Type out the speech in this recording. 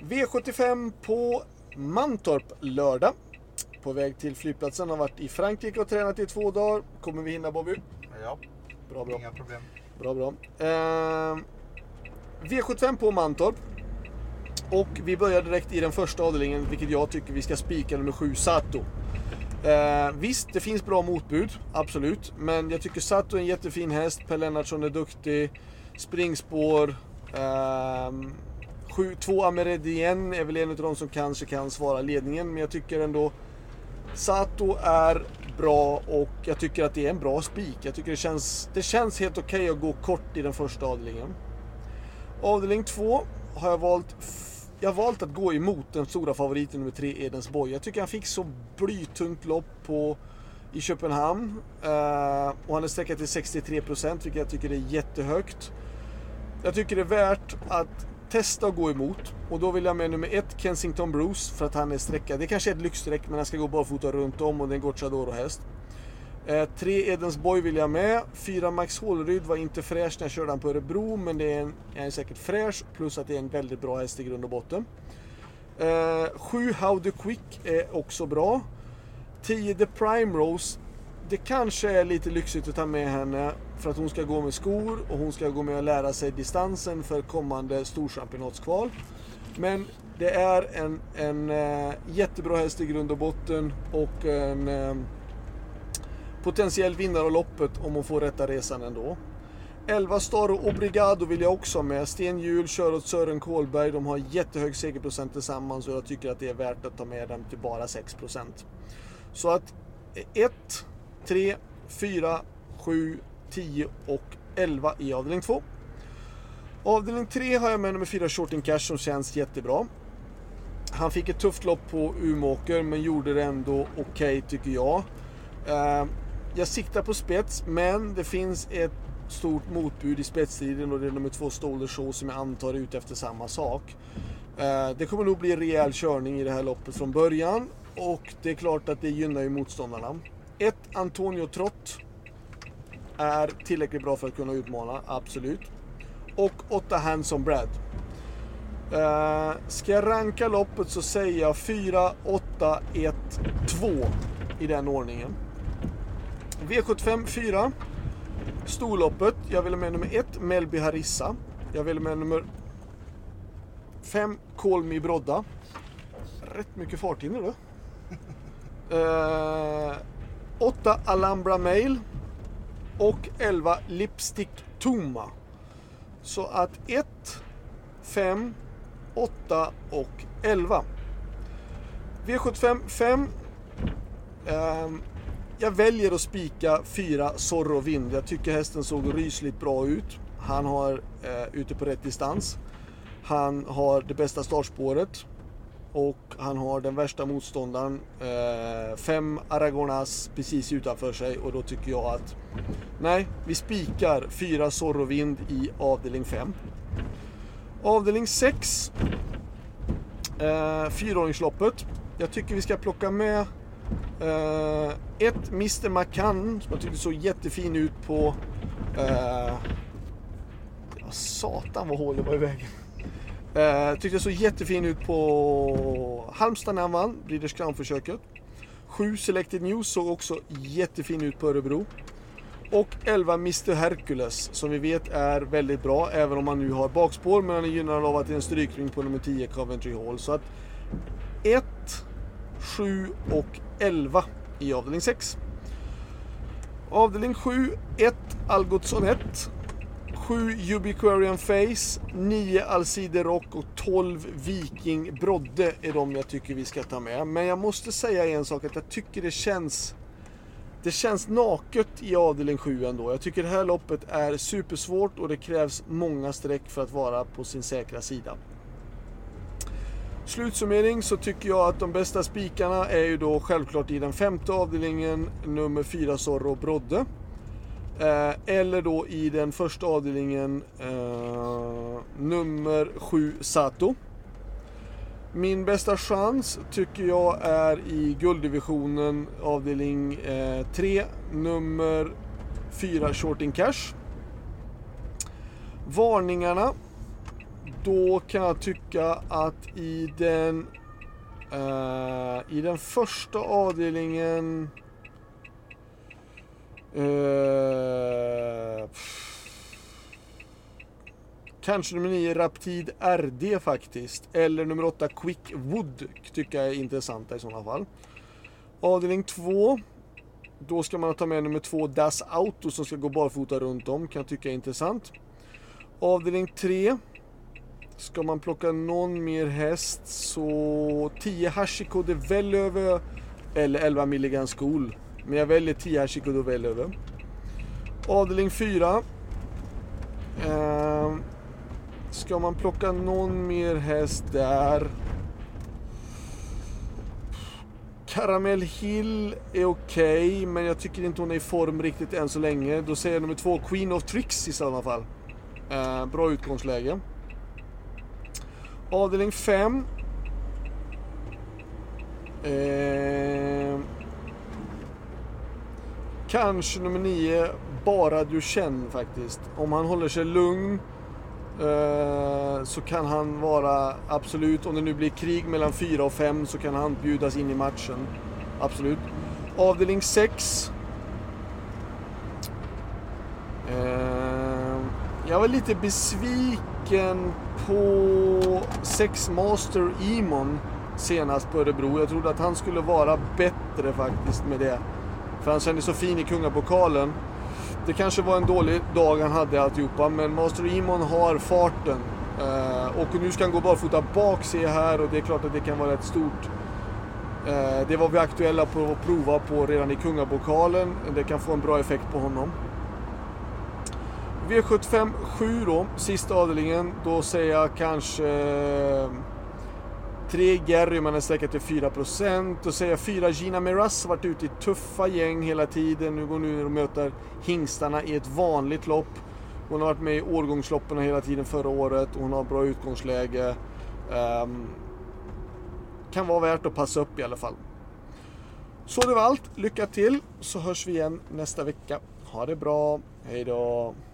V75 på Mantorp lördag. På väg till flygplatsen, har varit i Frankrike och tränat i 2 dagar. Kommer vi hinna, Bobby? Ja, bra. Inga problem. Bra. V75 på Mantorp. Och vi börjar direkt i den första avdelningen, vilket jag tycker vi ska spika, nummer 7, Sato. Visst, det finns bra motbud, absolut. Men jag tycker Sato är en jättefin häst. Per Lennartsson är duktig. Springspår. 2 Ameredien är väl en av de som kanske kan svara ledningen. Men jag tycker ändå Sato är bra och jag tycker att det är en bra spik. Jag tycker det känns helt okej att gå kort i den första avdelningen. Avdelning 2 har jag har valt att gå emot den stora favoriten nummer 3, Edensborg. Jag tycker han fick så blytungt lopp i Köpenhamn. Och han är sträckad till 63%, vilket jag tycker är jättehögt. Jag tycker det är värt att testa att gå emot. Och då vill jag med nummer 1, Kensington Bruce, för att han är sträckad. Det kanske är ett lyxsträck, men han ska gå barfota runt om och det är en Gocciadoro-häst. 3 Edensborg vill jag med. 4 Max Hålryd var inte fräsch när jag körde han på Örebro, men det är säkert fräsch, plus att det är en väldigt bra häst i grund och botten. 7 How the Quick är också bra. 10 The Prime Rose, det kanske är lite lyxigt att ta med henne för att hon ska gå med skor och hon ska gå med och lära sig distansen för kommande storchampionatskval. Men det är en jättebra häst i grund och botten och en potentiell vinnare av loppet om hon får rätta resan ändå. 11 Staro Obrigado vill jag också med. Sten Hjul kör åt Sören Kålberg. De har jättehög segerprocent tillsammans och jag tycker att det är värt att ta med dem till bara 6%. Så att 1, 3, 4, 7, 10 och 11 i avdelning 2. Avdelning 3 har jag med nummer 4 Shorting Cash som känns jättebra. Han fick ett tufft lopp på Umeåker men gjorde det ändå okej, tycker jag. Jag siktar på spets, men det finns ett stort motbud i spetsstriden och det är nummer 2 Stolder Show som jag antar är ute efter samma sak. Det kommer nog bli en rejäl körning i det här loppet från början och det är klart att det gynnar ju motståndarna. 1 Antonio Trott är tillräckligt bra för att kunna utmana, absolut. Och 8 Handsome Brad. Ska jag ranka loppet så säger jag 4, 8, 1, 2 i den ordningen. V75 4. Storloppet. Jag vill med nummer 1 Melby Harissa. Jag vill med nummer 5 Kolmi Brodda. Rätt mycket fart in då. 8 Alhambra Mail. Och 11 Lipstick Tuma. Så att 1, 5, 8 och 11. V75 5. Jag väljer att spika 4 Zorro Vind. Jag tycker hästen såg rysligt bra ut. Han har ute på rätt distans. Han har det bästa startspåret. Och han har den värsta motståndaren. 5 Aragonas precis utanför sig. Och då tycker jag att nej, vi spikar 4 Zorro Vind i avdelning 5. Avdelning 6. 4-åringsloppet. Jag tycker vi ska plocka med 1 Mr. McCann som jag tyckte såg jättefin ut på satan vad hålet var i vägen. Tyckte såg jättefin ut på Halmstad när han vann Breeders Crown-försöket. 7 Selected News såg också jättefin ut på Örebro. Och 11 Mr. Hercules som vi vet är väldigt bra även om han nu har bakspår, men han är gynnad av att det är en strykning på nummer 10 Coventry Hall. Så att 1, 7 och 11 i avdelning 6. Avdelning 7, 1 Algotsson 1, 7 Ubiquarian Face, 9 Alcide Rock och 12 Viking Brodde är de jag tycker vi ska ta med. Men jag måste säga en sak, att jag tycker det känns naket i avdelning 7 ändå. Jag tycker det här loppet är supersvårt och det krävs många streck för att vara på sin säkra sida. Slutsummering så tycker jag att de bästa spikarna är ju då självklart i den 5:e avdelningen nummer 4 Zorro Brodde. Eller då i den första avdelningen nummer 7 Sato. Min bästa chans tycker jag är i gulddivisionen avdelning 3 nummer 4 Shorting Cash. Varningarna då kan jag tycka att i den första avdelningen kanske nummer 9 Raptid RD faktiskt, eller nummer 8 Quick Wood tycker jag är intressanta i sådana fall. Avdelning 2, då ska man ta med nummer 2 Das Auto som ska gå barfota runt om, kan jag tycka är intressant. Avdelning 3 ska man plocka någon mer häst, så 10 Hashiko de Vellöve eller 11 Milligan School, men jag väljer 10 Hashiko de Vellöve. Avdelning 4 ska man plocka någon mer häst där. Caramel Hill är okej, men jag tycker inte hon är i form riktigt än så länge. Då säger jag nummer 2 Queen of Tricks i sådana fall. Bra utgångsläge. Avdelning 5 kanske nummer 9 Bara du känner faktiskt. Om han håller sig lugn så kan han vara absolut, om det nu blir krig mellan 4 och 5 så kan han bjudas in i matchen. Absolut. Avdelning 6 jag var lite besviken på 6 Master Emon senast på Örebro. Jag trodde att han skulle vara bättre faktiskt med det, för han kände så fin i kungapokalen. Det kanske var en dålig dag han hade alltihopa, men Master Emon har farten. Och nu ska han gå barfota bak, se här, och det är klart att det kan vara ett stort. Det var vi aktuella på att prova på redan i kungapokalen. Det kan få en bra effekt på honom. V75 7 då, sista avdelningen. Då säger jag kanske 3 Gary, man är säkert till 4%. Då säger jag 4 Gina Miraz, har varit ute i tuffa gäng hela tiden. Nu går nu och möter hingstarna i ett vanligt lopp. Hon har varit med i årgångsloppen hela tiden förra året. Hon har bra utgångsläge. Kan vara värt att passa upp i alla fall. Så det var allt. Lycka till, så hörs vi igen nästa vecka. Ha det bra. Hej då.